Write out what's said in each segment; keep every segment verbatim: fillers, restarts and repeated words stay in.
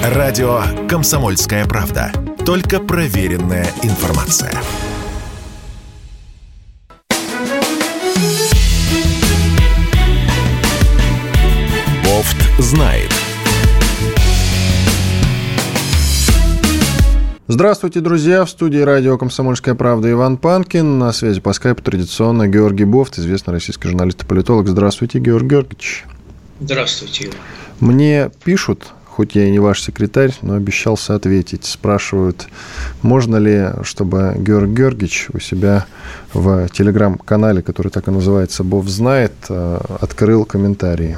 Радио «Комсомольская правда». Только проверенная информация. Бофт знает. Здравствуйте, друзья! В студии радио «Комсомольская правда» Иван Панкин. На связи по скайпу традиционно Георгий Бофт, известный российский журналист и политолог. Здравствуйте, Георгий Георгиевич. Здравствуйте, Иван. Мне пишут, хоть я и не ваш секретарь, но обещался ответить. Спрашивают, можно ли, чтобы Георгий Георгиевич у себя в телеграм-канале, который так и называется «Бофт знает», открыл комментарии.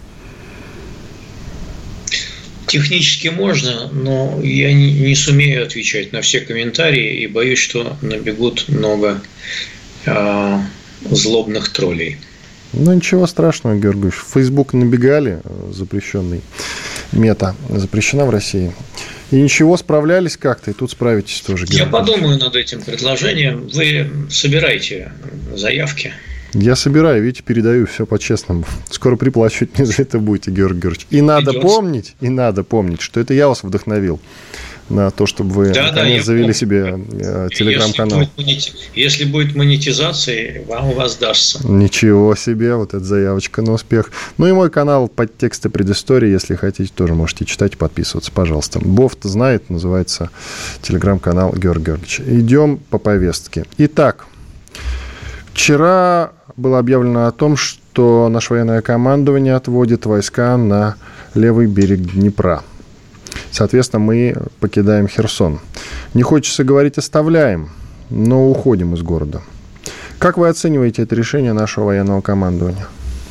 Технически можно, но я не, не сумею отвечать на все комментарии и боюсь, что набегут много э, злобных троллей. Ну, ничего страшного, Георгиевич. В Facebook набегали, запрещенный мета, запрещена в России. И ничего, справлялись как-то, и тут справитесь тоже, Георгий. Я подумаю над этим предложением. Вы собирайте заявки. Я собираю, видите, передаю все по-честному. Скоро приплачивать мне за это будете, Георгий Георгиевич. И надо Придется. помнить, и надо помнить, что это я вас вдохновил на то, чтобы вы да, наконец да, завели помню. себе э, телеграм-канал. Если будет, монети... Если будет монетизация, вам воздастся. Ничего себе, вот эта заявочка на успех. Ну и мой канал «Подтексты предыстории», если хотите, тоже можете читать и подписываться, пожалуйста. Бофт знает, называется телеграм-канал Георгия Георгиевича. Идем по повестке. Итак, вчера было объявлено о том, что наше военное командование отводит войска на левый берег Днепра. Соответственно, мы покидаем Херсон. Не хочется говорить «оставляем», но уходим из города. Как вы оцениваете это решение нашего военного командования?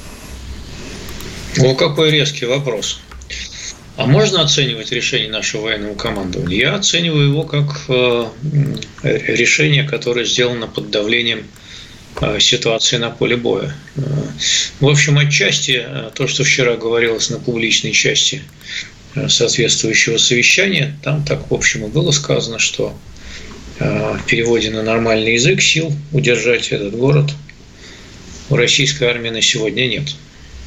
О, какой резкий вопрос. А можно оценивать решение нашего военного командования? Я оцениваю его как э, решение, которое сделано под давлением ситуации на поле боя. В общем, отчасти то, что вчера говорилось на публичной части соответствующего совещания, там так, в общем, и было сказано, что в переводе на нормальный язык сил удержать этот город у российской армии на сегодня нет.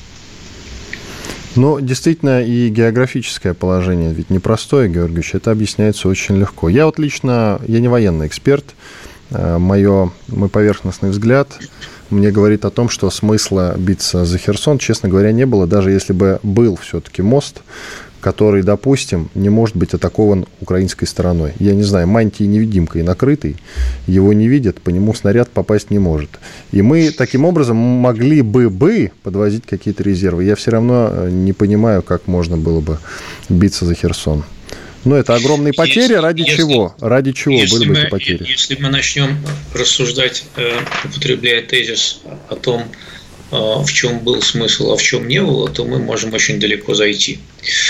Ну, действительно, и географическое положение ведь непростое, Георгиевич, это объясняется очень легко. Я вот лично, я не военный эксперт, Моё, мой поверхностный взгляд мне говорит о том, что смысла биться за Херсон, честно говоря, не было, даже если бы был все-таки мост, который, допустим, не может быть атакован украинской стороной. Я не знаю, мантией-невидимкой накрытый, его не видят, по нему снаряд попасть не может. И мы таким образом могли бы, бы подвозить какие-то резервы. Я все равно не понимаю, как можно было бы биться за Херсон. Но это огромные потери, если, ради если, чего? Ради чего были бы эти потери? Если мы начнем рассуждать, употребляя тезис о том, в чем был смысл, а в чем не было, то мы можем очень далеко зайти.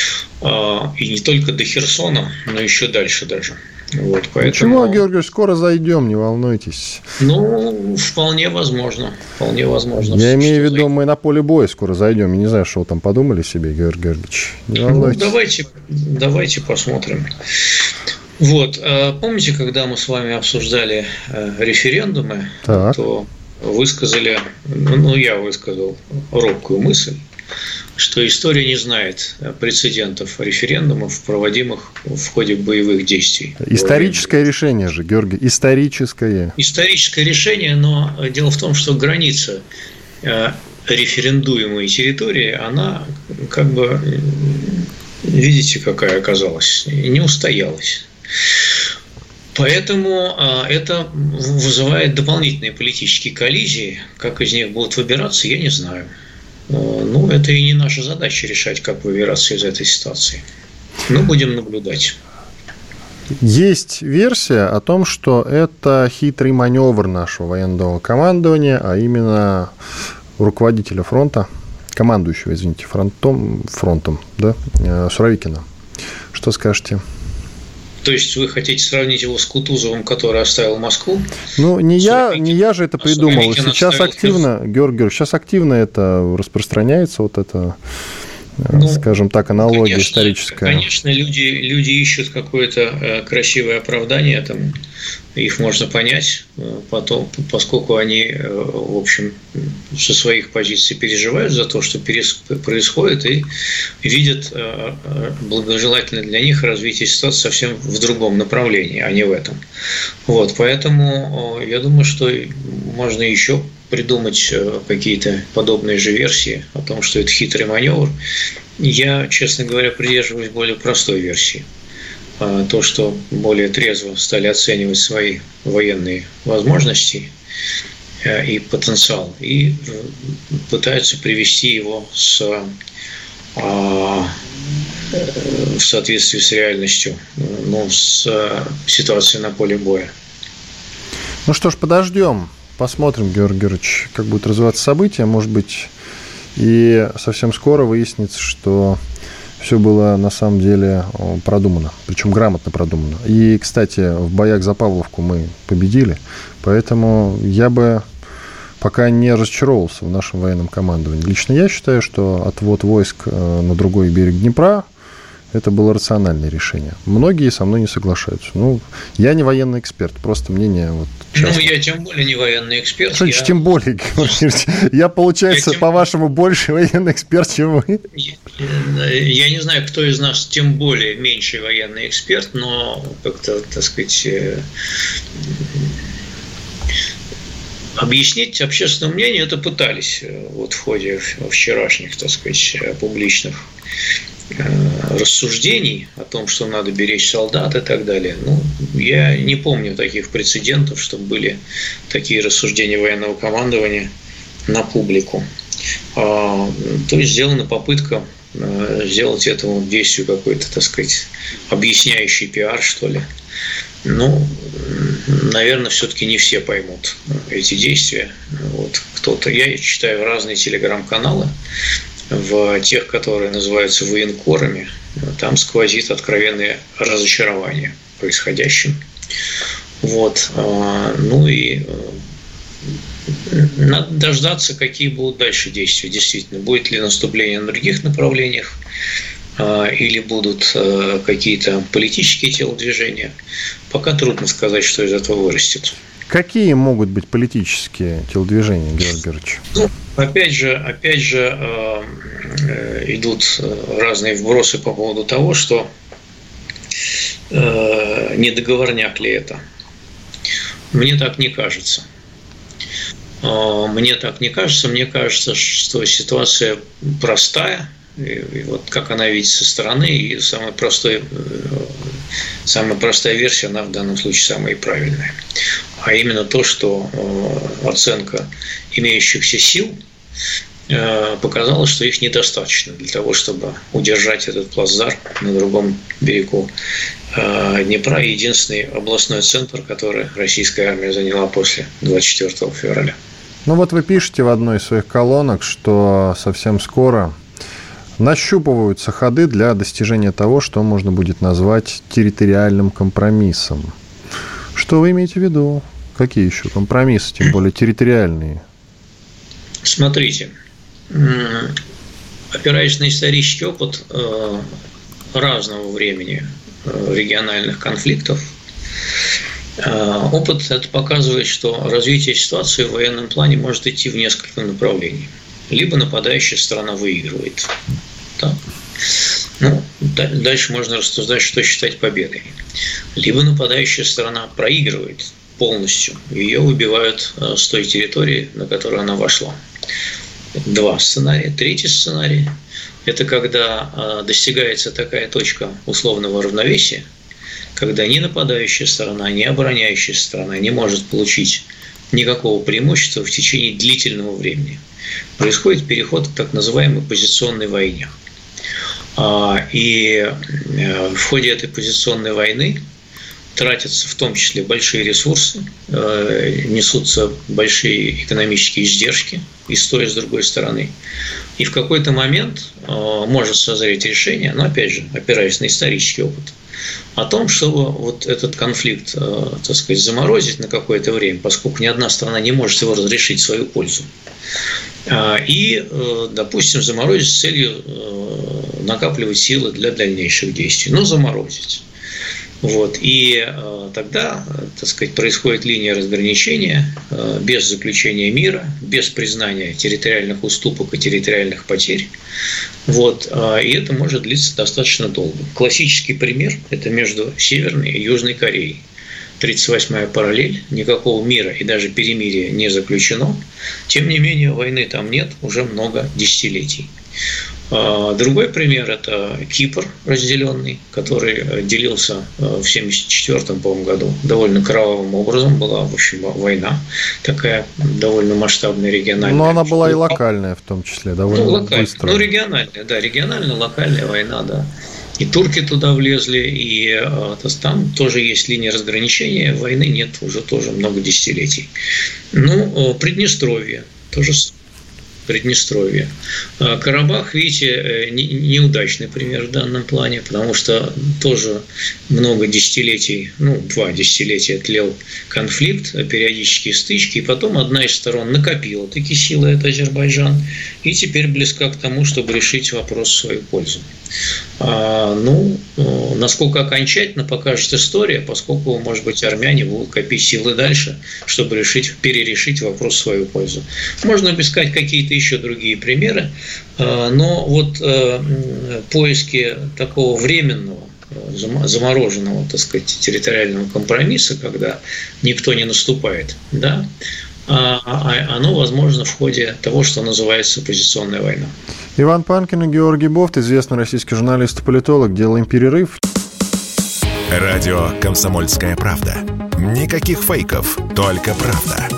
И не только до Херсона, но еще дальше даже. Вот, поэтому... Ничего, Георгий, скоро зайдем, не волнуйтесь. Ну, вполне возможно. Вполне возможно. Я имею в виду, зайдем. Мы на поле боя скоро зайдем. Я не знаю, что вы там подумали себе, Георгий Георгиевич. Не волнуйтесь. Ну, давайте, давайте посмотрим. Вот. Помните, когда мы с вами обсуждали референдумы, так. то высказали, ну, я высказал робкую мысль, что история не знает прецедентов референдумов, проводимых в ходе боевых действий. Историческое решение же, Георгий, историческое. Историческое решение, но дело в том, что граница референдуемой территории, она как бы, видите, какая оказалась, не устоялась. Поэтому это вызывает дополнительные политические коллизии. Как из них будут выбираться, я не знаю. Ну, это и не наша задача решать, как выбираться из этой ситуации. Но будем наблюдать. Есть версия о том, что это хитрый маневр нашего военного командования, а именно руководителя фронта, командующего, извините, фронтом, фронтом, да, Суровикина. Что скажете? То есть вы хотите сравнить его с Кутузовым, который оставил Москву? Ну, не я, не я же это придумал. Сейчас активно, Георгий Георгиевич, сейчас активно это распространяется, вот это ну, скажем так, аналогия конечно, историческая. Конечно, люди, люди ищут какое-то красивое оправдание, там, их можно понять, потом, поскольку они, в общем, со своих позиций переживают за то, что происходит, и видят благожелательно для них развитие ситуации совсем в другом направлении, а не в этом. Вот, поэтому я думаю, что можно еще придумать какие-то подобные же версии о том, что это хитрый маневр. Я, честно говоря, придерживаюсь более простой версии. То, что более трезво стали оценивать свои военные возможности и потенциал, и пытаются привести его с, в соответствии с реальностью, ну, с ситуацией на поле боя. Ну что ж, подождем. Посмотрим, Георгий Георгиевич, как будут развиваться события. Может быть, и совсем скоро выяснится, что все было на самом деле продумано, причем грамотно продумано. И, кстати, в боях за Павловку мы победили, поэтому я бы пока не разочаровался в нашем военном командовании. Лично я считаю, что отвод войск на другой берег Днепра – это было рациональное решение. Многие со мной не соглашаются. Ну, я не военный эксперт, просто мнение вот часто. Ну, я тем более не военный эксперт. Что значит, я... тем более, я, получается, я по-вашему, тем... больше военный эксперт, чем вы? Я, я не знаю, кто из нас тем более меньший военный эксперт, но как-то, так сказать, объяснить общественному мнению это пытались вот в ходе вчерашних, так сказать, публичных рассуждений о том, что надо беречь солдат и так далее. Ну, я не помню таких прецедентов, чтобы были такие рассуждения военного командования на публику. То есть сделана попытка сделать этому действию какой-то, так сказать, объясняющий пиар, что ли. Ну, наверное, все-таки не все поймут эти действия. Вот кто-то, я читаю разные телеграм-каналы, в тех, которые называются военкорами, там сквозит откровенное разочарование происходящим. Вот. Ну и надо дождаться, какие будут дальше действия. Действительно, будет ли наступление на других направлениях, или будут какие-то политические телодвижения. Пока трудно сказать, что из этого вырастет. Какие могут быть политические телодвижения, Георгий Георгиевич? Ну, опять же, опять же э, идут разные вбросы по поводу того, что э, не договорняк ли это. Мне так не кажется. Э, мне так не кажется. Мне кажется, что ситуация простая. И вот как она видит со стороны, и самая простая, самая простая версия, она в данном случае самая правильная. А именно то, что оценка имеющихся сил показала, что их недостаточно для того, чтобы удержать этот плацдарм на другом берегу Днепра, единственный областной центр, который российская армия заняла после двадцать четвёртого февраля. Ну вот вы пишете в одной из своих колонок, что совсем скоро нащупываются ходы для достижения того, что можно будет назвать территориальным компромиссом. Что вы имеете в виду? Какие еще компромиссы, тем более территориальные? Смотрите, опираясь на исторический опыт разного времени региональных конфликтов, опыт это показывает, что развитие ситуации в военном плане может идти в несколько направлений. Либо нападающая сторона выигрывает. Да? Ну, дальше можно рассуждать, что считать победой. Либо нападающая сторона проигрывает полностью, ее выбивают с той территории, на которую она вошла. Два сценария. Третий сценарий – это когда достигается такая точка условного равновесия, когда ни нападающая сторона, ни обороняющая сторона не может получить никакого преимущества в течение длительного времени. Происходит переход к так называемой позиционной войне. И в ходе этой позиционной войны тратятся в том числе большие ресурсы, несутся большие экономические издержки и с той, и с другой стороны. И в какой-то момент может созреть решение, но опять же, опираясь на исторический опыт, о том, чтобы вот этот конфликт, так сказать, заморозить на какое-то время, поскольку ни одна страна не может его разрешить в свою пользу. И, допустим, заморозить с целью накапливать силы для дальнейших действий. Ну, заморозить. Вот. И э, тогда, так сказать, происходит линия разграничения э, без заключения мира, без признания территориальных уступок и территориальных потерь. Вот. Э, и это может длиться достаточно долго. Классический пример – это между Северной и Южной Кореей. тридцать восьмая параллель, никакого мира и даже перемирия не заключено. Тем не менее, войны там нет уже много десятилетий. Другой пример – это Кипр разделенный, который делился в семьдесят четвёртом, по-моему, году довольно кровавым образом. Была, в общем, война такая довольно масштабная, региональная. Но она была и локальная в том числе, довольно ну, локальная, быстро. Ну, региональная, да, региональная, локальная война, да. И турки туда влезли, и то, там тоже есть линия разграничения, войны нет уже тоже много десятилетий. Ну, Приднестровье тоже Приднестровье. Карабах, видите, неудачный пример в данном плане, потому что тоже много десятилетий, ну, два десятилетия тлел конфликт, периодические стычки, и потом одна из сторон накопила такие силы, это Азербайджан, и теперь близка к тому, чтобы решить вопрос в свою пользу. А, ну, насколько окончательно покажет история, поскольку, может быть, армяне будут копить силы дальше, чтобы решить, перерешить вопрос в свою пользу. Можно искать какие-то еще другие примеры, но вот поиски такого временного, замороженного, так сказать, территориального компромисса, когда никто не наступает, да, оно возможно в ходе того, что называется оппозиционная война. Иван Панкин и Георгий Бофт, известный российский журналист и политолог. Делаем перерыв. Радио «Комсомольская правда». Никаких фейков, только правда.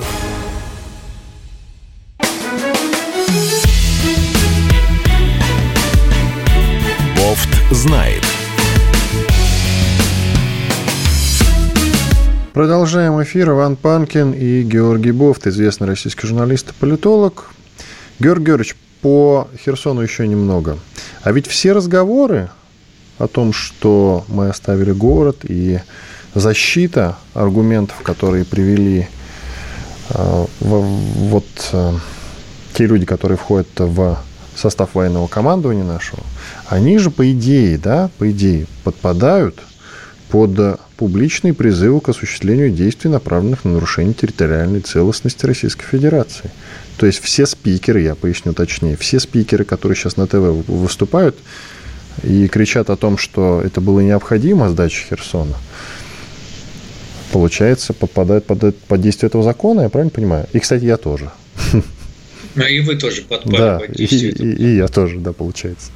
Бофт знает. Продолжаем эфир. Иван Панкин и Георгий Бофт, известный российский журналист и политолог. Георгий Георгиевич, по Херсону еще немного. А ведь все разговоры о том, что мы оставили город, и защита аргументов, которые привели э, в, вот э, те люди, которые входят в состав военного командования нашего, они же, по идее, да, по идее, подпадают под публичные призывы к осуществлению действий, направленных на нарушение территориальной целостности Российской Федерации. То есть все спикеры, я поясню точнее, все спикеры, которые сейчас на ТВ выступают и кричат о том, что это было необходимо, сдача Херсона, получается, подпадают под, под действие этого закона, я правильно понимаю? И, кстати, я тоже. Ну, и вы тоже подпали да, под действие этого. И, и, и я тоже, да, получается.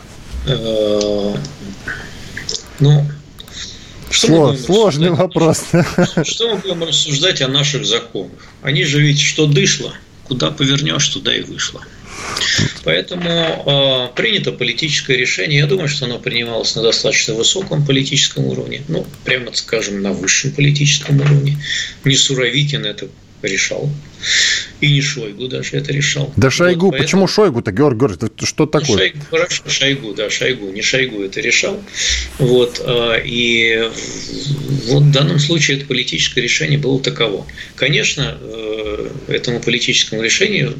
Ну... Что Сложный вопрос. Что мы будем рассуждать о наших законах? Они же ведь что дышло, куда повернешь, туда и вышло. Поэтому э, принято политическое решение. Я думаю, что оно принималось на достаточно высоком политическом уровне. Ну, прямо скажем, на высшем политическом уровне. Не Суровикин это решал. И не Шойгу даже это решал. Да Шойгу, вот, поэтому... почему Шойгу-то, Георгий Георгиевич, что такое? Шойгу, хорошо, Шойгу, да, Шойгу, не Шойгу это решал. Вот, и вот в данном случае это политическое решение было таково. Конечно, этому политическому решению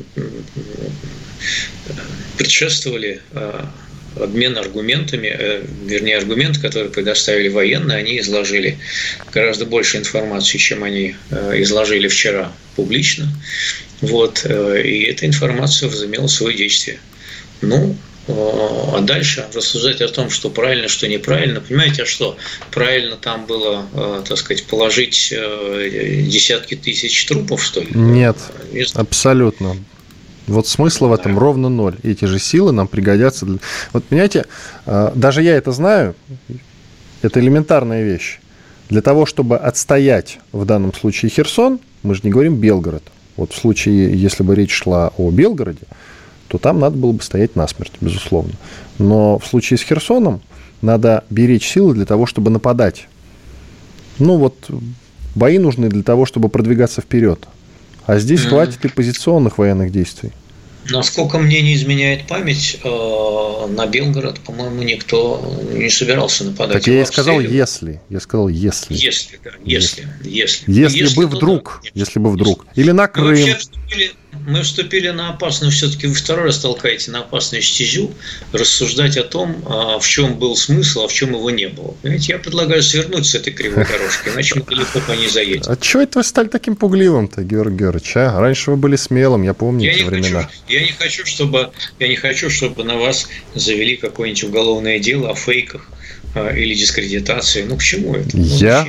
предшествовали обмен аргументами, вернее, аргументы, которые предоставили военные, они изложили гораздо больше информации, чем они изложили вчера публично. Вот, и эта информация возымела свое действие. Ну, а дальше рассуждать о том, что правильно, что неправильно. Понимаете, а что? Правильно там было, так сказать, положить десятки тысяч трупов, что ли? Нет, абсолютно. Вот смысла в этом ровно ноль. Эти же силы нам пригодятся. Для... Вот, понимаете, даже я это знаю, это элементарная вещь. Для того, чтобы отстоять в данном случае Херсон, мы же не говорим Белгород. Вот в случае, если бы речь шла о Белгороде, то там надо было бы стоять насмерть, безусловно. Но в случае с Херсоном надо беречь силы для того, чтобы нападать. Ну вот, бои нужны для того, чтобы продвигаться вперед. А здесь mm-hmm. хватит и позиционных военных действий. Насколько мне не изменяет память, на Белгород, по-моему, никто не собирался нападать. Так я и сказал, если. Я сказал, если. Если, да, если. Если, если, если бы вдруг. Нет. Если бы вдруг. Или на Крым. Мы вступили, мы вступили на опасную, все-таки вы второй раз толкаете на опасную стезю, рассуждать о том, в чем был смысл, а в чем его не было. Понимаете, я предлагаю свернуть с этой кривой дорожки, иначе мы далеко по ней заедем. А чего это вы стали таким пугливым-то, Георгий Георгиевич? А? Раньше вы были смелым, я помню я эти времена. Хочу, я не хочу, чтобы я не хочу, чтобы на вас завели какое-нибудь уголовное дело о фейках или дискредитации. Ну, к чему это? Ну, я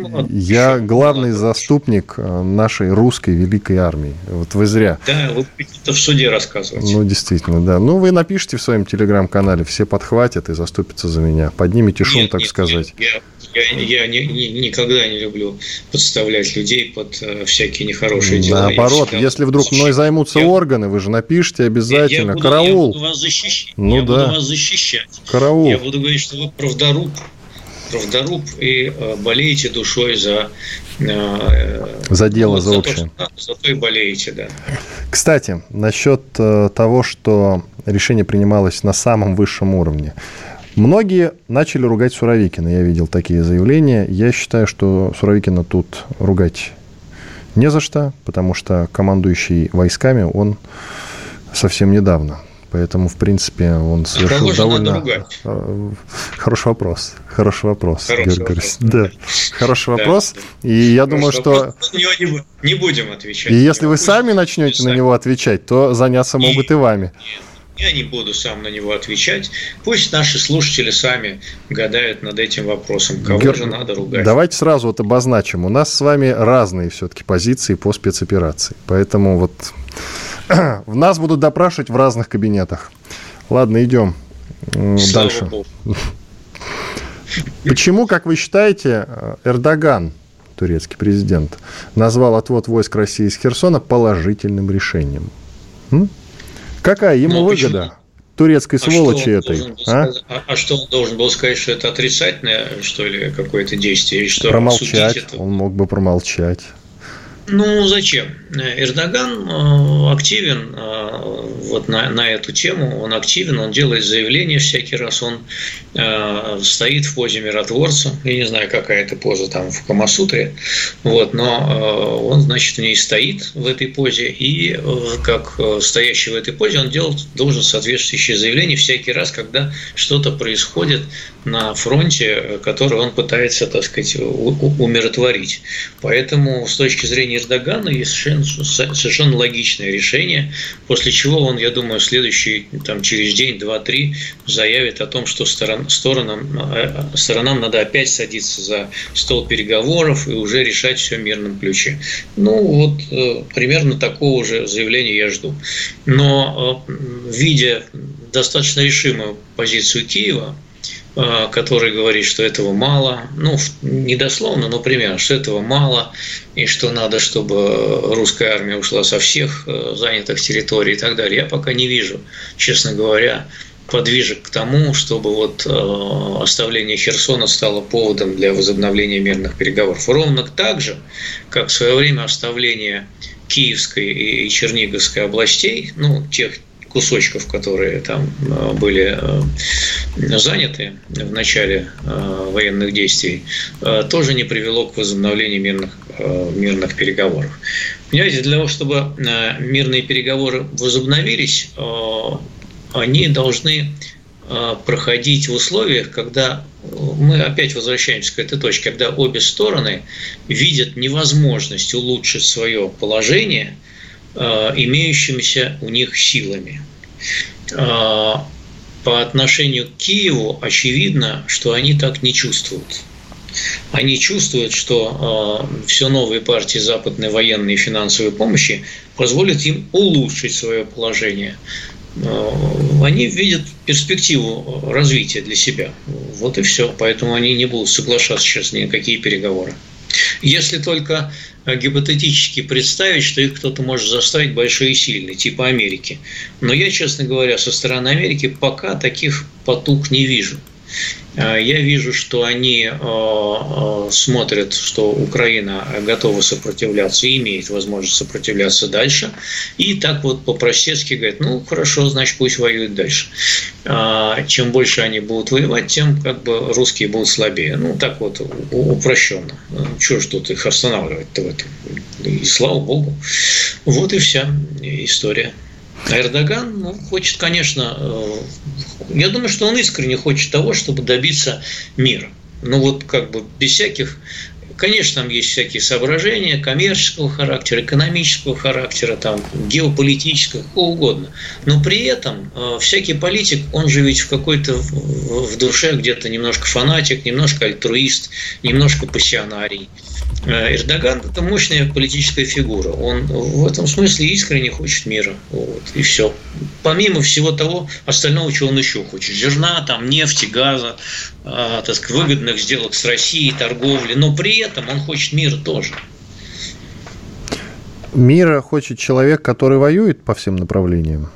я главный заступник нашей русской великой армии. Вот вы зря. Да, вы будете в суде рассказывать. Ну, действительно, да. Ну, вы напишите в своем телеграм-канале, все подхватят и заступятся за меня. Поднимите шум, нет, так нет, сказать. Нет, я, я, я не, не, никогда не люблю подставлять людей под э, всякие нехорошие дела. Наоборот, если вдруг мной займутся я, органы, вы же напишите обязательно. Я, я буду, караул. Я буду вас защищать. Ну, я да. буду вас защищать. Караул. Я буду говорить, что вы правдоруб. правдоруб и э, болеете душой за э, за дело, ну, за, за общее. То, что, за то и болеете, да. Кстати, насчет э, того, что решение принималось на самом высшем уровне. Многие начали ругать Суровикина. Я видел такие заявления. Я считаю, что Суровикина тут ругать не за что, потому что командующий войсками он совсем недавно. Поэтому, в принципе, он совершил довольно... Хороший вопрос. Хороший вопрос. Хороший вопрос. Да. Хороший вопрос. И я думаю, что... Не будем отвечать. И если вы сами начнете на него отвечать, то заняться могут и вами. Я не буду сам на него отвечать. Пусть наши слушатели сами гадают над этим вопросом. Кого Гер... же надо ругать? Давайте сразу вот обозначим. У нас с вами разные все-таки позиции по спецоперации. Поэтому вот в нас будут допрашивать в разных кабинетах. Ладно, идем Слава дальше. Богу. Почему, как вы считаете, Эрдоган, турецкий президент, назвал отвод войск России из Херсона положительным решением? М? Какая ему ну, выгода? Почему? Турецкой сволочи а этой. А? А, а что он должен был сказать, что это отрицательное, что ли, какое-то действие? Или что, промолчать. Он мог бы промолчать. Ну, зачем? Эрдоган активен вот на, на эту тему, он активен, он делает заявления всякий раз, он э, стоит в позе миротворца, я не знаю, какая это поза там в Камасутре, вот, но э, он, значит, в ней стоит в этой позе, и э, как стоящий в этой позе он делает, должен соответствующие заявления всякий раз, когда что-то происходит на фронте, который он пытается, так сказать, умиротворить. Поэтому с точки зрения Эрдогана есть совершенно, совершенно логичное решение, после чего он, я думаю, следующий, там, через день, два, три заявит о том, что сторон, сторонам, сторонам надо опять садиться за стол переговоров и уже решать все в мирном ключе. Ну, вот примерно такого же заявления я жду. Но видя достаточно решимую позицию Киева, который говорит, что этого мало, ну, не дословно, но примерно, что этого мало, и что надо, чтобы русская армия ушла со всех занятых территорий и так далее. Я пока не вижу, честно говоря, подвижек к тому, чтобы вот оставление Херсона стало поводом для возобновления мирных переговоров. Ровно так же, как в свое время оставление Киевской и Черниговской областей, ну, тех кусочков, которые там были заняты в начале военных действий, тоже не привело к возобновлению мирных, мирных переговоров. Понимаете, для того, чтобы мирные переговоры возобновились, они должны проходить в условиях, когда мы опять возвращаемся к этой точке, когда обе стороны видят невозможность улучшить свое положение имеющимися у них силами. По отношению к Киеву очевидно, что они так не чувствуют. Они чувствуют, что все новые партии западной военной и финансовой помощи позволят им улучшить свое положение. Они видят перспективу развития для себя. Вот и все. Поэтому они не будут соглашаться сейчас ни на какие переговоры. Если только гипотетически представить, что их кто-то может заставить большой и сильный, типа Америки. Но я, честно говоря, со стороны Америки пока таких потуг не вижу. Я вижу, что они смотрят, что Украина готова сопротивляться и имеет возможность сопротивляться дальше. И так вот по-простецки говорят, ну, хорошо, значит, пусть воюют дальше. Чем больше они будут воевать, тем как бы русские будут слабее. Ну, так вот упрощенно. Чего ж тут их останавливать-то в этом? И слава богу. Вот и вся история. А Эрдоган ну, хочет, конечно, я думаю, что он искренне хочет того, чтобы добиться мира. Ну вот как бы без всяких, конечно, там есть всякие соображения коммерческого характера, экономического характера, там, геополитического, какого угодно. Но при этом всякий политик, он же ведь в какой-то в душе где-то немножко фанатик, немножко альтруист, немножко пассионарий. Эрдоган – это мощная политическая фигура. Он в этом смысле искренне хочет мира. Вот, и все. Помимо всего того остального, чего он еще хочет. Зерна, там, нефти, газа, э, так сказать, выгодных сделок с Россией, торговли. Но при этом он хочет мира тоже. Мира хочет человек, который воюет по всем направлениям?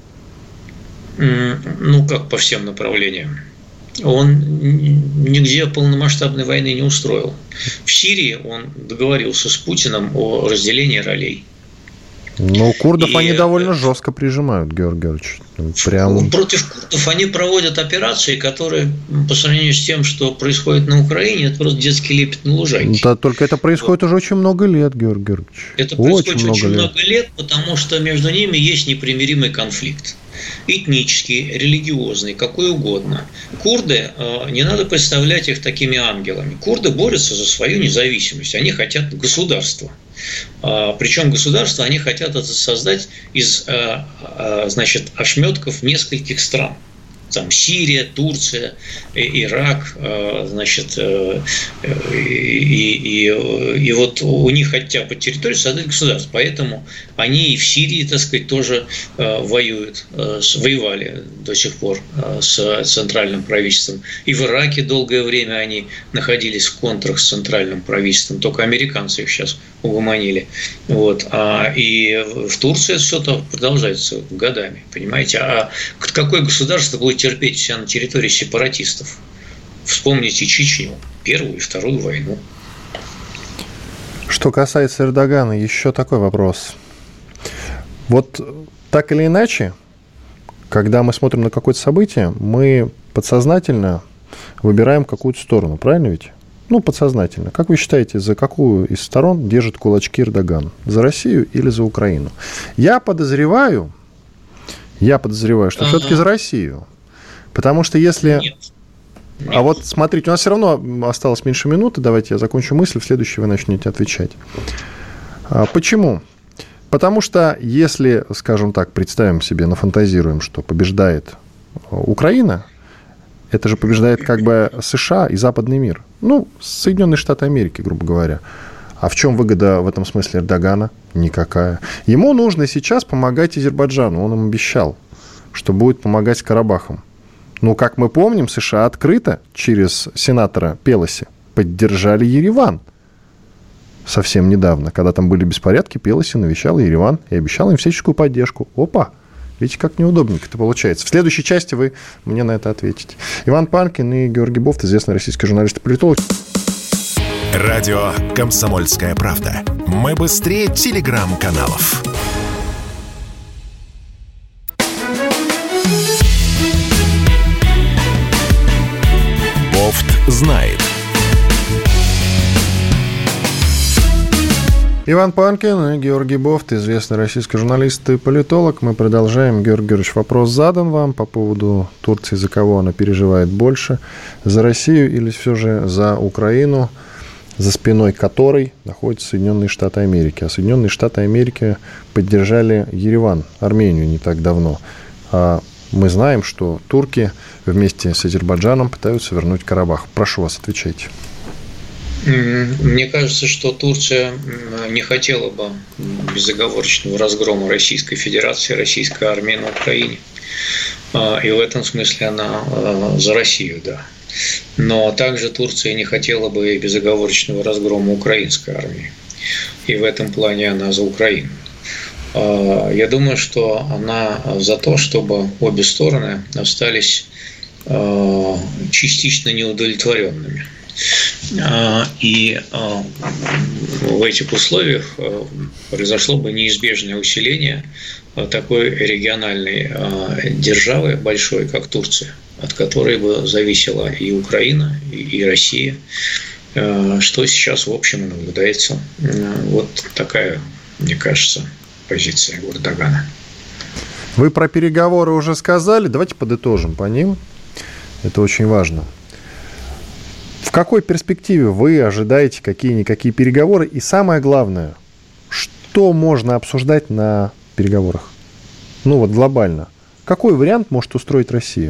Ну, как по всем направлениям? Он нигде полномасштабной войны не устроил. В Сирии он договорился с Путиным о разделении ролей. Ну, курдов и они довольно жестко прижимают, Георгий Георгиевич. Прям... Против курдов они проводят операции, которые по сравнению с тем, что происходит на Украине, это просто детский лепет на лужайке. Да, только это происходит вот. уже очень много лет, Георгий Георгиевич. Это происходит очень, очень много, много лет. лет, потому что между ними есть непримиримый конфликт. Этнический, религиозный, какой угодно. Курды, не надо представлять их такими ангелами. Курды борются за свою независимость. Они хотят государства. Причем государство они хотят это создать из, значит, ошметков нескольких стран. Там Сирия, Турция, Ирак, значит, и, и, и вот у них хотят по территории создать государство, поэтому они и в Сирии, так сказать, тоже воюют, воевали до сих пор с центральным правительством. И в Ираке долгое время они находились в контрах с центральным правительством, только американцы их сейчас угомонили. Вот. А и в Турции все это продолжается годами, понимаете? А какое государство будет терпеть себя на территории сепаратистов? Вспомните Чечню, Первую и Вторую войну. Что касается Эрдогана, еще такой вопрос. Вот так или иначе, когда мы смотрим на какое-то событие, мы подсознательно выбираем какую-то сторону, правильно ведь? Ну, подсознательно. Как вы считаете, за какую из сторон держит кулачки Эрдоган? За Россию или за Украину? Я подозреваю, я подозреваю, что ага. все-таки за Россию. Потому что если... Нет. Нет. А вот смотрите, у нас все равно осталось меньше минуты. Давайте я закончу мысль, в следующей вы начнете отвечать. А почему? Потому что если, скажем так, представим себе, нафантазируем, что побеждает Украина, это же побеждает как бы США и западный мир. Ну, Соединенные Штаты Америки, грубо говоря. А в чем выгода в этом смысле Эрдогана? Никакая. Ему нужно сейчас помогать Азербайджану. Он им обещал, что будет помогать с Карабахом. Но, как мы помним, США открыто через сенатора Пелоси поддержали Ереван. Совсем недавно, когда там были беспорядки, Пелоси навещал Ереван и обещал им всяческую поддержку. Опа! Видите, как неудобненько-то получается. В следующей части вы мне на это ответите. Иван Панкин и Георгий Бофт, известный российский журналист и политолог. Радио «Комсомольская правда». Мы быстрее телеграм-каналов. Бофт знает. Иван Панкин и Георгий Бофт, известный российский журналист и политолог. Мы продолжаем. Георгий Георгиевич, вопрос задан вам по поводу Турции. За кого она переживает больше? За Россию или все же за Украину, за спиной которой находятся Соединенные Штаты Америки? А Соединенные Штаты Америки поддержали Ереван, Армению, не так давно. А мы знаем, что турки вместе с Азербайджаном пытаются вернуть Карабах. Прошу вас, отвечайте. Мне кажется, что Турция не хотела бы безоговорочного разгрома Российской Федерации, российской армии на Украине. И в этом смысле она за Россию, да. Но также Турция не хотела бы безоговорочного разгрома украинской армии. И в этом плане она за Украину. Я думаю, что она за то, чтобы обе стороны остались частично неудовлетворенными. И в этих условиях произошло бы неизбежное усиление такой региональной державы большой, как Турция, от которой бы зависела и Украина, и Россия, что сейчас, в общем, наблюдается. Вот такая, мне кажется, позиция Эрдогана. Вы про переговоры уже сказали. Давайте подытожим по ним. Это очень важно. В какой перспективе вы ожидаете какие-никакие переговоры? И самое главное, что можно обсуждать на переговорах? Ну вот глобально. Какой вариант может устроить Россию?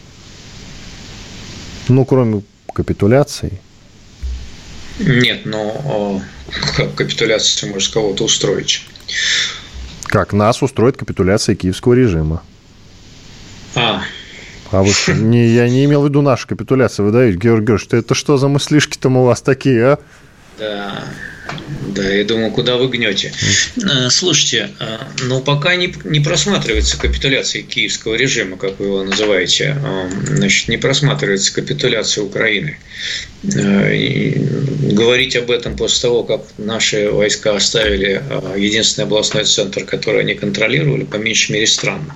Ну, кроме капитуляции. Нет, но как капитуляция может кого-то устроить? Как нас устроит капитуляция киевского режима. А, А вы что? Не, я не имел в виду нашу капитуляцию. Вы даете, Георгий Георгиевич, это что за мыслишки там у вас такие, а? Да, да, я думаю, куда вы гнете. Слушайте, ну пока не, не просматривается капитуляция киевского режима, как вы его называете, значит, не просматривается капитуляция Украины. И говорить об этом после того, как наши войска оставили единственный областной центр, который они контролировали, по меньшей мере странно.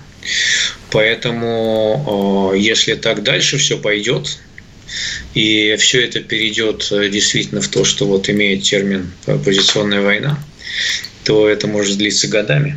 Поэтому, если так дальше все пойдет, и все это перейдет действительно в то, что вот имеет термин «позиционная война», то это может длиться годами,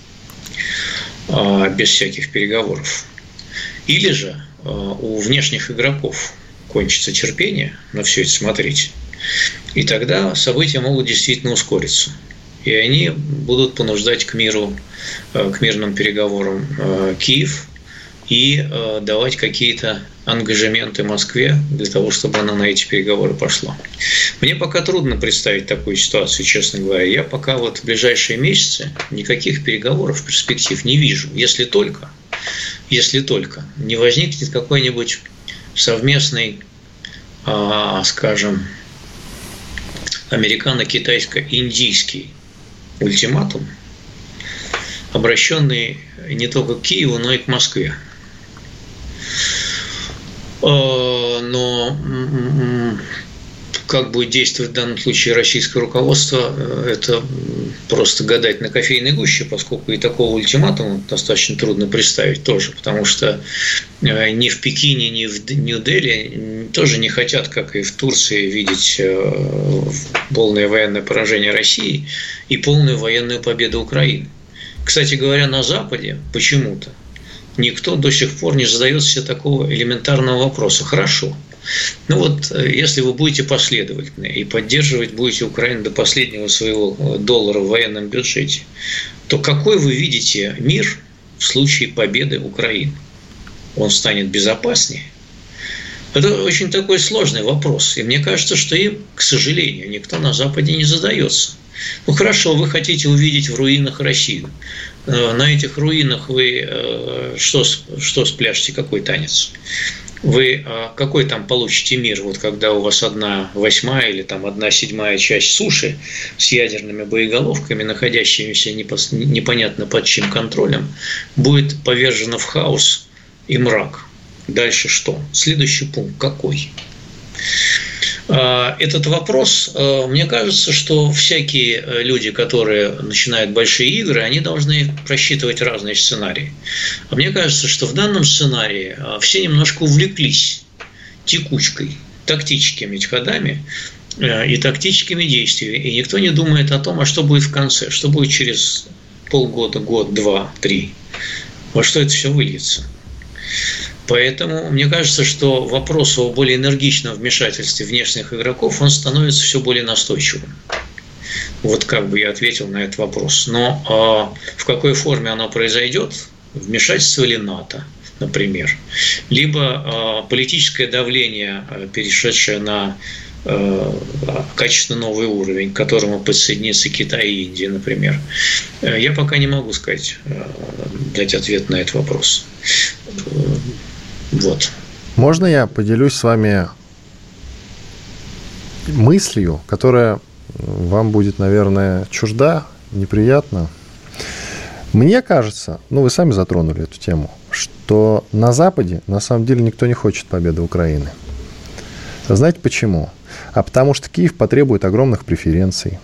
без всяких переговоров. Или же у внешних игроков кончится терпение на все это смотреть, и тогда события могут действительно ускориться. И они будут понуждать к миру, к мирным переговорам Киев и давать какие-то ангажементы Москве для того, чтобы она на эти переговоры пошла. Мне пока трудно представить такую ситуацию, честно говоря. Я пока вот в ближайшие месяцы никаких переговоров, перспектив не вижу, если только, если только не возникнет какой-нибудь совместный, скажем, американо-китайско-индийский ультиматум, обращенный не только к Киеву, но и к Москве. Но как будет действовать в данном случае российское руководство, это просто гадать на кофейной гуще, поскольку и такого ультиматума достаточно трудно представить тоже, потому что ни в Пекине, ни в Нью-Дели тоже не хотят, как и в Турции, видеть полное военное поражение России и полную военную победу Украины. Кстати говоря, на Западе почему-то никто до сих пор не задает себе такого элементарного вопроса. Хорошо. Ну вот, если вы будете последовательны и поддерживать будете Украину до последнего своего доллара в военном бюджете, то какой вы видите мир в случае победы Украины? Он станет безопаснее? Это очень такой сложный вопрос. И мне кажется, что им, к сожалению, никто на Западе не задается. Ну хорошо, вы хотите увидеть в руинах Россию. На этих руинах вы что, что спляшете, какой танец? Вы какой там получите мир, вот когда у вас одна восьмая или там одна седьмая часть суши с ядерными боеголовками, находящимися непонятно под чьим контролем, будет повержена в хаос и мрак. Дальше что? Следующий пункт какой? Этот вопрос, мне кажется, что всякие люди, которые начинают большие игры, они должны просчитывать разные сценарии. А мне кажется, что в данном сценарии все немножко увлеклись текучкой, тактическими ходами и тактическими действиями. И никто не думает о том, а что будет в конце, что будет через полгода, год, два, три, во что это все выльется. Поэтому мне кажется, что вопрос о более энергичном вмешательстве внешних игроков, он становится все более настойчивым. Вот как бы я ответил на этот вопрос. Но э, в какой форме оно произойдет? Вмешательство ли НАТО, например? Либо э, политическое давление, перешедшее на э, качественно новый уровень, к которому подсоединится Китай и Индия, например. Я пока не могу сказать, э, дать ответ на этот вопрос. Вот. Можно я поделюсь с вами мыслью, которая вам будет, наверное, чужда, неприятна? Мне кажется, ну вы сами затронули эту тему, что на Западе на самом деле никто не хочет победы Украины. Знаете почему? А потому что Киев потребует огромных преференций.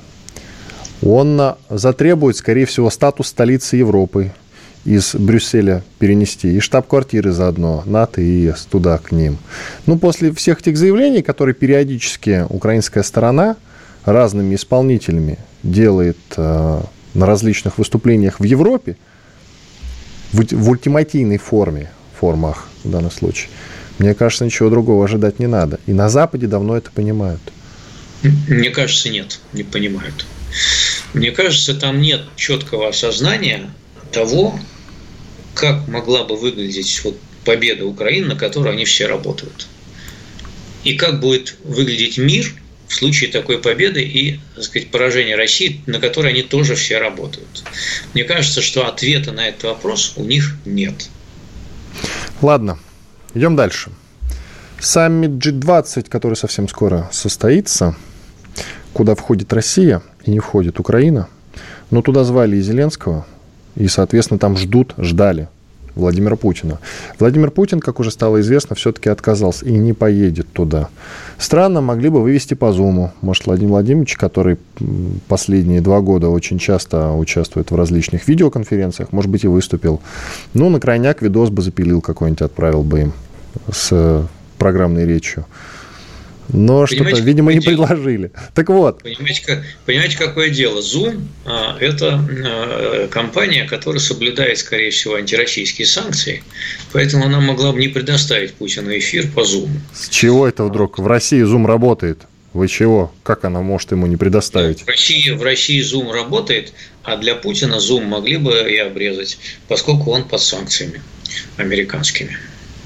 Он затребует, скорее всего, статус столицы Европы из Брюсселя перенести, и штаб-квартиры заодно, НАТО и ЕС, туда, к ним. Ну, после всех этих заявлений, которые периодически украинская сторона разными исполнителями делает э, на различных выступлениях в Европе, в, в ультимативной форме, формах в данном случае, мне кажется, ничего другого ожидать не надо. И на Западе давно это понимают. Мне кажется, нет, не понимают. Мне кажется, там нет четкого осознания того, как могла бы выглядеть вот победа Украины, на которой они все работают. И как будет выглядеть мир в случае такой победы и, так сказать, поражения России, на которой они тоже все работают. Мне кажется, что ответа на этот вопрос у них нет. Ладно, идем дальше. Саммит джи двадцать, который совсем скоро состоится, куда входит Россия и не входит Украина, но туда звали и Зеленского, и, соответственно, там ждут, ждали Владимира Путина. Владимир Путин, как уже стало известно, все-таки отказался и не поедет туда. Странно, могли бы вывести по Зуму. Может, Владимир Владимирович, который последние два года очень часто участвует в различных видеоконференциях, может быть, и выступил. Ну, на крайняк видос бы запилил какой-нибудь, отправил бы им с программной речью. Но понимаете, что-то, видимо, не дело? предложили. Так вот. Понимаете, как, понимаете, какое дело? Zoom а, – это а, компания, которая соблюдает, скорее всего, антироссийские санкции, поэтому она могла бы не предоставить Путину эфир по Zoom. С чего это вдруг? В России Zoom работает. Вы чего? Как она может ему не предоставить? В России, в России Zoom работает, а для Путина Zoom могли бы и обрезать, поскольку он под санкциями американскими.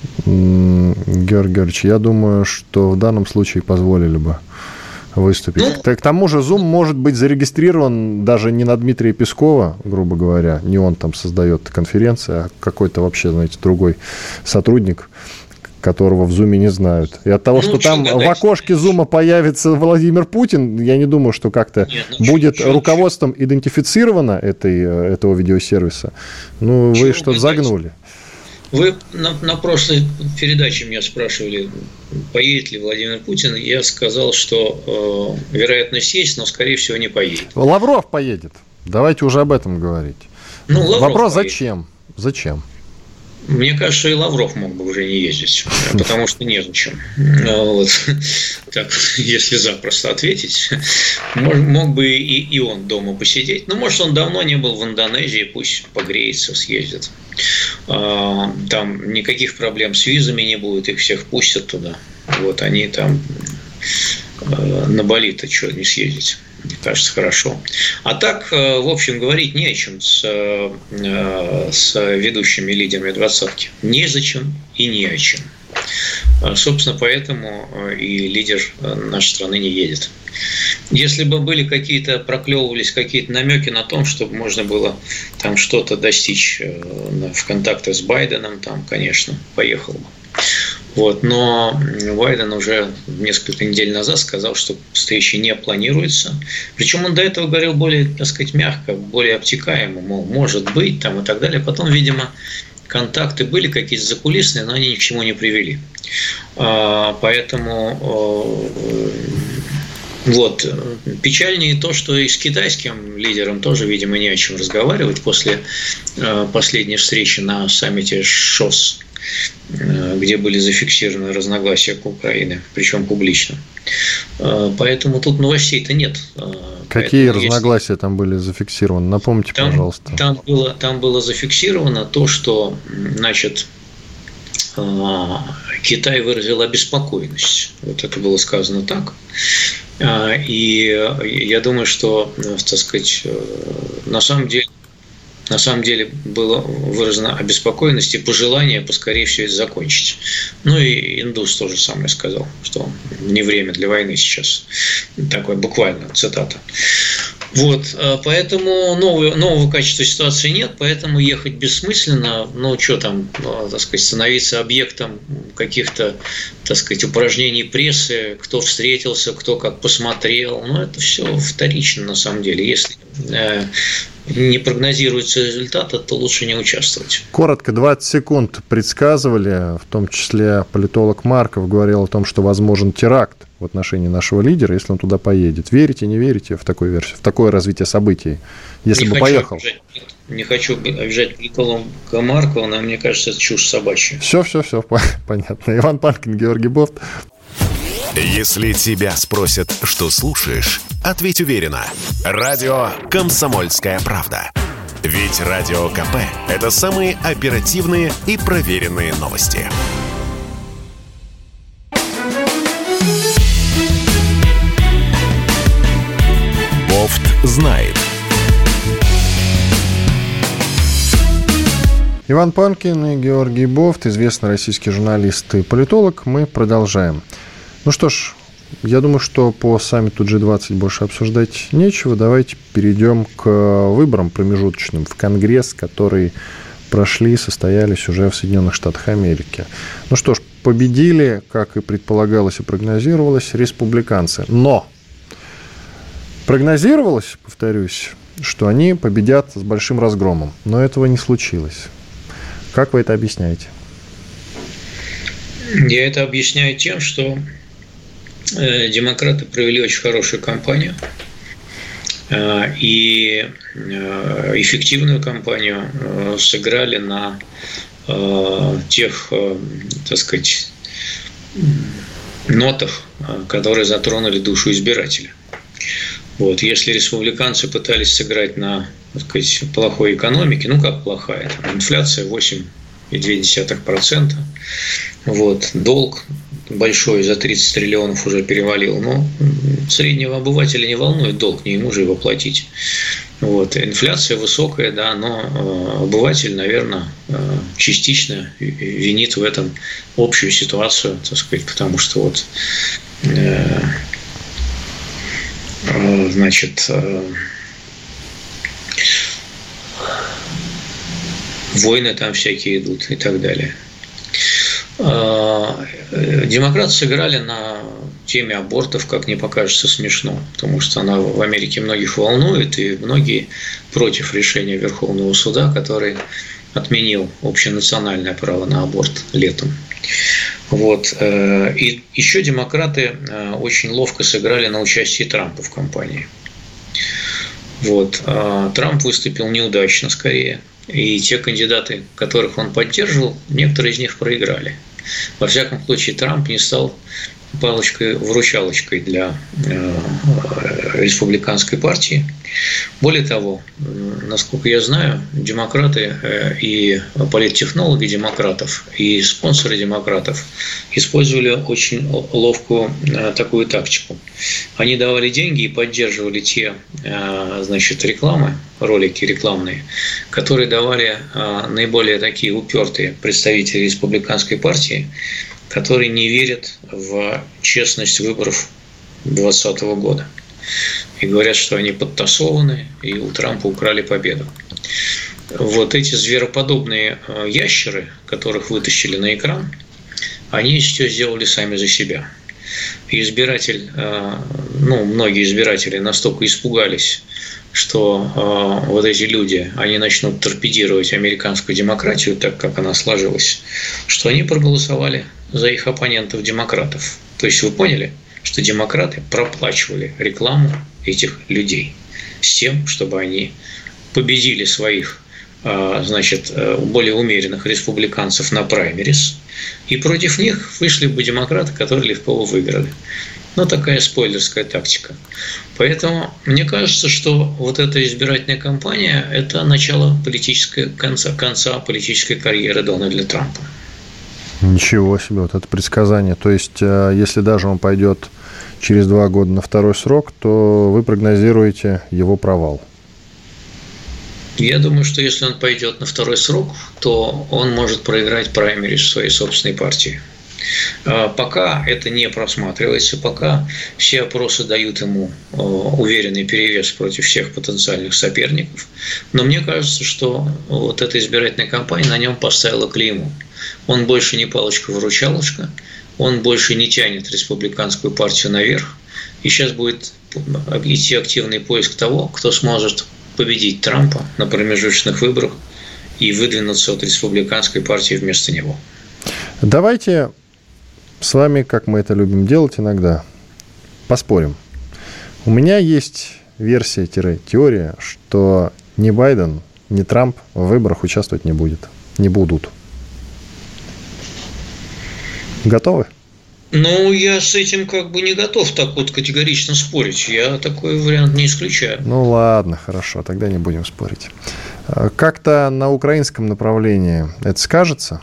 Георгий Георгиевич, я думаю, что в данном случае позволили бы выступить. Ну, к тому же Zoom может быть зарегистрирован даже не на Дмитрия Пескова, грубо говоря, не он там создает конференции, а какой-то вообще, знаете, другой сотрудник, которого в Zoom не знают. И от того, ну, что там гадать? в окошке Zoom появится Владимир Путин, я не думаю, что как-то Нет, ну, будет чё, руководством чё? идентифицировано этой, этого видеосервиса. Ну, чё вы что-то загнули. Вы на, на прошлой передаче меня спрашивали, поедет ли Владимир Путин. Я сказал, что э, вероятность есть, но, скорее всего, не поедет. Лавров поедет. Давайте уже об этом говорить. Ну, Вопрос, поедет. зачем? Зачем? Мне кажется, что и Лавров мог бы уже не ездить, потому что незачем. Вот. Так, если запросто ответить, мог, мог бы и, и он дома посидеть. Ну, может, он давно не был в Индонезии, пусть погреется, съездит. Там никаких проблем с визами не будет, их всех пустят туда. Вот они там на Бали-то что, не съездить. Мне кажется, хорошо. А так, в общем, говорить не о чем с, с ведущими лидерами двадцатки. Незачем и не о чем. Собственно, поэтому и лидер нашей страны не едет. Если бы были какие-то, проклевывались какие-то намеки на том, чтобы можно было там что-то достичь в контактах с Байденом, там, конечно, поехал бы. Вот, но Байден уже несколько недель назад сказал, что встречи не планируется. Причем он до этого говорил более, так сказать, мягко, более обтекаемо, мол, может быть, там и так далее. Потом, видимо, контакты были какие-то закулисные, но они ни к чему не привели. Поэтому вот, печальнее то, что и с китайским лидером тоже, видимо, не о чем разговаривать после последней встречи на саммите ШОС, где были зафиксированы разногласия к Украине, причем публично. Поэтому тут новостей-то нет. Какие Поэтому разногласия есть... там были зафиксированы? Напомните, там, пожалуйста. Там было, там было зафиксировано то, что, значит, Китай выразил обеспокоенность. Вот это было сказано так. И я думаю, что, так сказать, на самом деле, На самом деле была выражена обеспокоенность и пожелание поскорее все это закончить. Ну и индус тоже самое сказал, что не время для войны сейчас. Такое буквально цитата. Вот, поэтому нового, нового качества ситуации нет, поэтому ехать бессмысленно. Ну, что там, так сказать, становиться объектом каких-то, так сказать, упражнений прессы, кто встретился, кто как посмотрел. Ну, это все вторично на самом деле. Если не прогнозируется результата, то лучше не участвовать. Коротко, двадцать секунд предсказывали, в том числе политолог Марков говорил о том, что возможен теракт в отношении нашего лидера, если он туда поедет. Верите, не верите в такую версию, в такое развитие событий, если не бы поехал? Обижать, не хочу обижать политолога Маркова, но мне кажется, это чушь собачья. Все, все, все, понятно. Иван Панкин, Георгий Бофт. Если тебя спросят, что слушаешь, ответь уверенно. Радио «Комсомольская правда». Ведь Радио КП – это самые оперативные и проверенные новости. Бофт знает. Иван Панкин и Георгий Бофт, известный российский журналист и политолог. Мы продолжаем. Ну что ж, я думаю, что по саммиту джи двадцать больше обсуждать нечего. Давайте перейдем к выборам промежуточным в Конгресс, которые прошли, состоялись уже в Соединенных Штатах Америки. Ну что ж, победили, как и предполагалось и прогнозировалось, республиканцы. Но прогнозировалось, повторюсь, что они победят с большим разгромом. Но этого не случилось. Как вы это объясняете? Я это объясняю тем, что демократы провели очень хорошую кампанию и эффективную кампанию, сыграли на тех, так сказать, нотах, которые затронули душу избирателя. Вот. Если республиканцы пытались сыграть на, так сказать, плохой экономике, ну как плохая, там, инфляция восемь целых две десятых процента, вот, долг большой, за тридцать триллионов уже перевалил, но среднего обывателя не волнует долг, не ему же его платить. Вот. Инфляция высокая, да, но обыватель, наверное, частично винит в этом общую ситуацию, так сказать, потому что вот, значит, войны там всякие идут и так далее. Демократы сыграли на теме абортов, как мне покажется, смешно, потому что она в Америке многих волнует, и многие против решения Верховного суда, который отменил общенациональное право на аборт летом. Вот. И еще демократы очень ловко сыграли на участии Трампа в кампании. Вот. Трамп выступил неудачно скорее, и те кандидаты, которых он поддерживал, некоторые из них проиграли. Во всяком случае, Трамп не стал палочкой-выручалочкой для э, республиканской партии. Более того, насколько я знаю, демократы э, и политтехнологи демократов, и спонсоры демократов использовали очень ловкую э, такую тактику. Они давали деньги и поддерживали те э, значит, рекламы, ролики рекламные, которые давали э, наиболее такие упертые представители республиканской партии, которые не верят в честность выборов двадцатого года. И говорят, что они подтасованы, и у Трампа украли победу. Вот эти звероподобные ящеры, которых вытащили на экран, они все сделали сами за себя. И избиратель, ну, многие избиратели настолько испугались, что э, вот эти люди, они начнут торпедировать американскую демократию, так как она сложилась, что они проголосовали за их оппонентов-демократов. То есть вы поняли, что демократы проплачивали рекламу этих людей с тем, чтобы они победили своих, э, значит, более умеренных республиканцев на праймерис, и против них вышли бы демократы, которые легко выиграли. Ну, такая спойлерская тактика. Поэтому мне кажется, что вот эта избирательная кампания – это начало политической, конца, конца политической карьеры Дональда Трампа. Ничего себе, вот это предсказание. То есть, если даже он пойдет через два года на второй срок, то вы прогнозируете его провал? Я думаю, что если он пойдет на второй срок, то он может проиграть праймерис в своей собственной партии. Пока это не просматривается, пока все опросы дают ему уверенный перевес против всех потенциальных соперников. Но мне кажется, что вот эта избирательная кампания на нем поставила клеймо. Он больше не палочка-выручалочка, он больше не тянет республиканскую партию наверх. И сейчас будет идти активный поиск того, кто сможет победить Трампа на промежуточных выборах и выдвинуться от республиканской партии вместо него. Давайте с вами, как мы это любим делать иногда, поспорим. У меня есть версия-теория, что ни Байден, ни Трамп в выборах участвовать не будет, не будут. Готовы? Ну, я с этим как бы не готов так вот категорично спорить. Я такой вариант не исключаю. Ну, ладно, хорошо, тогда не будем спорить. Как-то на украинском направлении это скажется?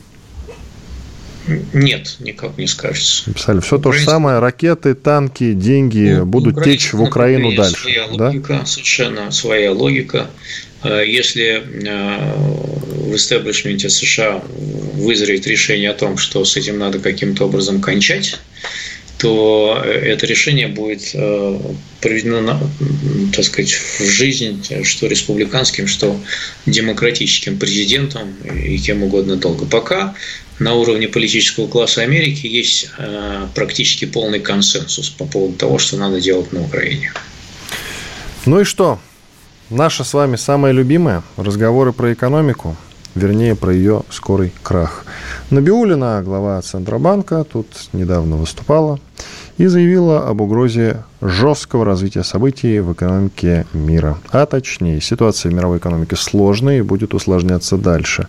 Нет, никак не скажется. Написали, все то же самое, ракеты, танки, деньги ну, будут течь в Украину дальше. Своя логика, да? Совершенно своя логика. Если в истеблишменте США вызреет решение о том, что с этим надо каким-то образом кончать, то это решение будет приведено, так сказать, в жизнь что республиканским, что демократическим президентом и кем угодно долго. Пока на уровне политического класса Америки есть практически полный консенсус по поводу того, что надо делать на Украине. Ну и что? Наша с вами самая любимая разговоры про экономику, вернее, про ее скорый крах. Набиуллина, глава Центробанка, тут недавно выступала и заявила об угрозе жесткого развития событий в экономике мира. А точнее, ситуация в мировой экономике сложная и будет усложняться дальше.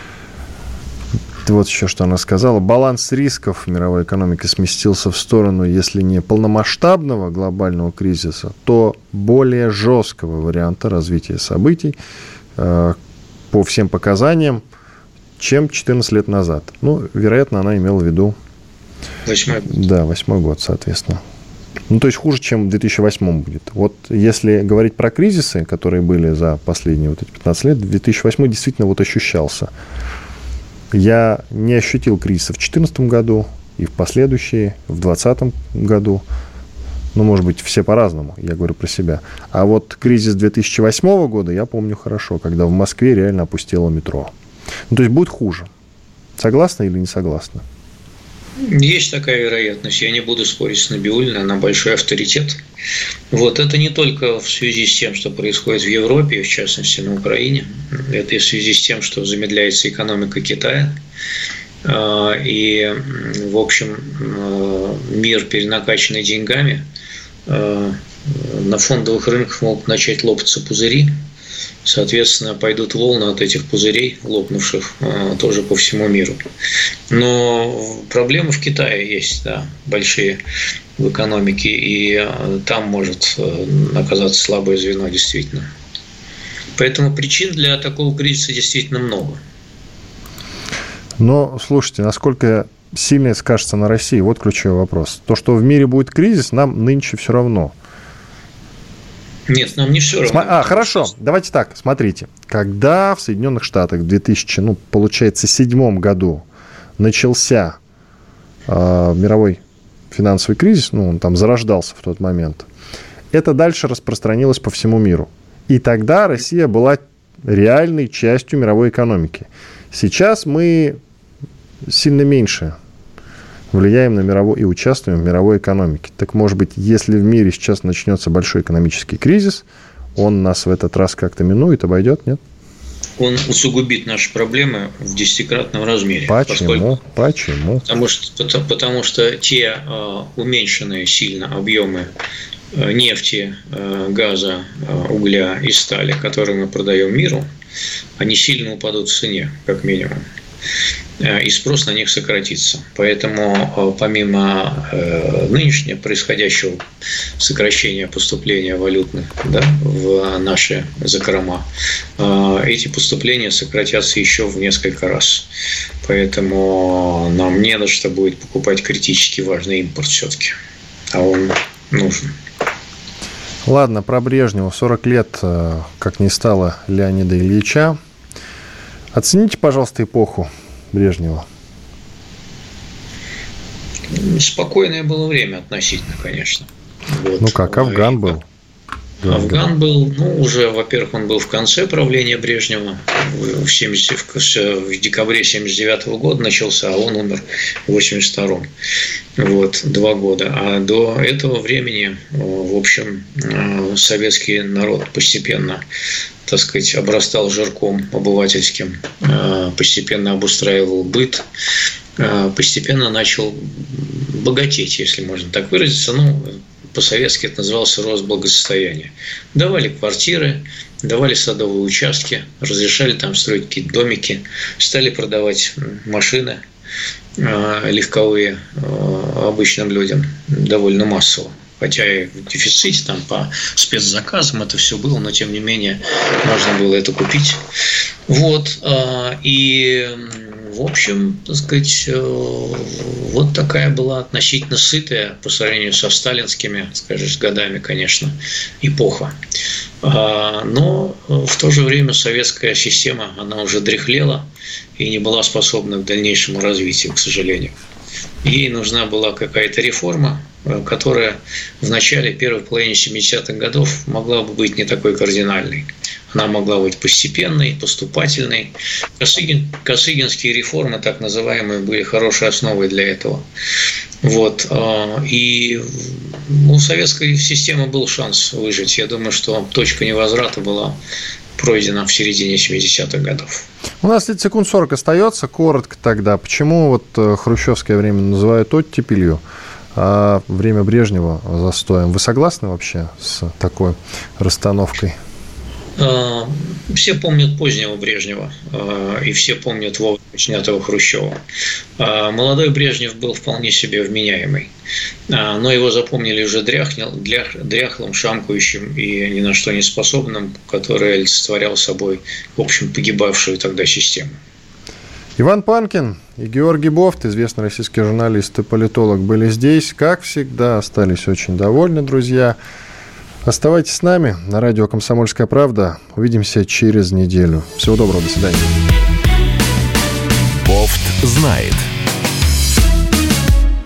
Вот еще что она сказала. Баланс рисков в мировой экономике сместился в сторону, если не полномасштабного глобального кризиса, то более жесткого варианта развития событий э, по всем показаниям, чем четырнадцать лет назад. Ну, вероятно, она имела в виду... Восьмой год. Да, восьмой год, соответственно. Ну, то есть хуже, чем в две тысячи восьмом будет. Вот если говорить про кризисы, которые были за последние вот эти пятнадцать лет, две тысячи восьмой действительно вот ощущался. Я не ощутил кризиса в две тысячи четырнадцатом году и в последующие, в двадцатом году. Ну, может быть, все по-разному, я говорю про себя. А вот кризис две тысячи восьмого года я помню хорошо, когда в Москве реально опустело метро. Ну, то есть будет хуже. Согласны или не согласны? Есть такая вероятность. Я не буду спорить с Набиуллиной, она большой авторитет. Вот это не только в связи с тем, что происходит в Европе, в частности на Украине. Это и в связи с тем, что замедляется экономика Китая. И, в общем, мир, перенакачанный деньгами, на фондовых рынках могут начать лопаться пузыри. Соответственно, пойдут волны от этих пузырей, лопнувших тоже по всему миру. Но проблемы в Китае есть, да, большие в экономике, и там может оказаться слабое звено, действительно. Поэтому причин для такого кризиса действительно много. Но, слушайте, насколько сильно это скажется на России, вот ключевой вопрос. То, что в мире будет кризис, нам нынче все равно. Нет, нам не все равно. А, хорошо, давайте так, смотрите. Когда в Соединенных Штатах в две тысячи, ну, получается, седьмом году начался э, мировой финансовый кризис, ну, он там зарождался в тот момент, это дальше распространилось по всему миру. И тогда Россия была реальной частью мировой экономики. Сейчас мы сильно меньше влияем на мировую и участвуем в мировой экономике. Так, может быть, если в мире сейчас начнется большой экономический кризис, он нас в этот раз как-то минует, обойдет, нет? Он усугубит наши проблемы в десятикратном размере. Почему? Поскольку, Почему? Потому что, потому, потому что те э, уменьшенные сильно объемы э, нефти, э, газа, э, угля и стали, которые мы продаем миру, они сильно упадут в цене, как минимум. И спрос на них сократится. Поэтому помимо э, нынешнего происходящего сокращения поступления валютных, да, в наши закрома, э, эти поступления сократятся еще в несколько раз. Поэтому нам не на что будет покупать критически важный импорт все-таки. А он нужен. Ладно, про Брежнева. сорок лет, как не стало Леонида Ильича. Оцените, пожалуйста, эпоху Брежнева. Спокойное было время относительно, конечно. Вот. Ну как, Афган был. Афган был, ну, уже, во-первых, он был в конце правления Брежнева, в, семьдесят, в декабре семьдесят девятого года начался, а он умер в восемьдесят втором. Вот, два года. А до этого времени, в общем, советский народ постепенно, так сказать, обрастал жирком обывательским, постепенно обустраивал быт, постепенно начал богатеть, если можно так выразиться. Ну, по-советски это назывался рост благосостояния. Давали квартиры, давали садовые участки, разрешали там строить какие-то домики, стали продавать машины легковые обычным людям довольно массово. Хотя и в дефиците, там, по спецзаказам это все было, но тем не менее можно было это купить. Вот. И, в общем, так сказать, вот такая была относительно сытая по сравнению со сталинскими, скажем, с годами, конечно, эпоха. Но в то же время советская система, она уже дряхлела и не была способна к дальнейшему развитию, к сожалению. Ей нужна была какая-то реформа, которая в начале первой половины семидесятых годов могла бы быть не такой кардинальной. Она могла быть постепенной, поступательной. Косыгин, косыгинские реформы, так называемые, были хорошей основой для этого. Вот. И у советской системы был шанс выжить. Я думаю, что точка невозврата была пройдена в середине семидесятых годов. У нас секунд сорок остается. Коротко тогда. Почему вот хрущевское время называют оттепелью, а время Брежнева застоем? Вы согласны вообще с такой расстановкой? Все помнят позднего Брежнева, и все помнят вовремя снятого Хрущева. Молодой Брежнев был вполне себе вменяемый, но его запомнили уже дряхлым, шамкающим и ни на что не способным, который олицетворял собой, в общем, погибавшую тогда систему. Иван Панкин и Георгий Бофт, известный российский журналист и политолог, были здесь. Как всегда, остались очень довольны, друзья. Оставайтесь с нами на радио «Комсомольская правда». Увидимся через неделю. Всего доброго, до свидания. Бофт знает.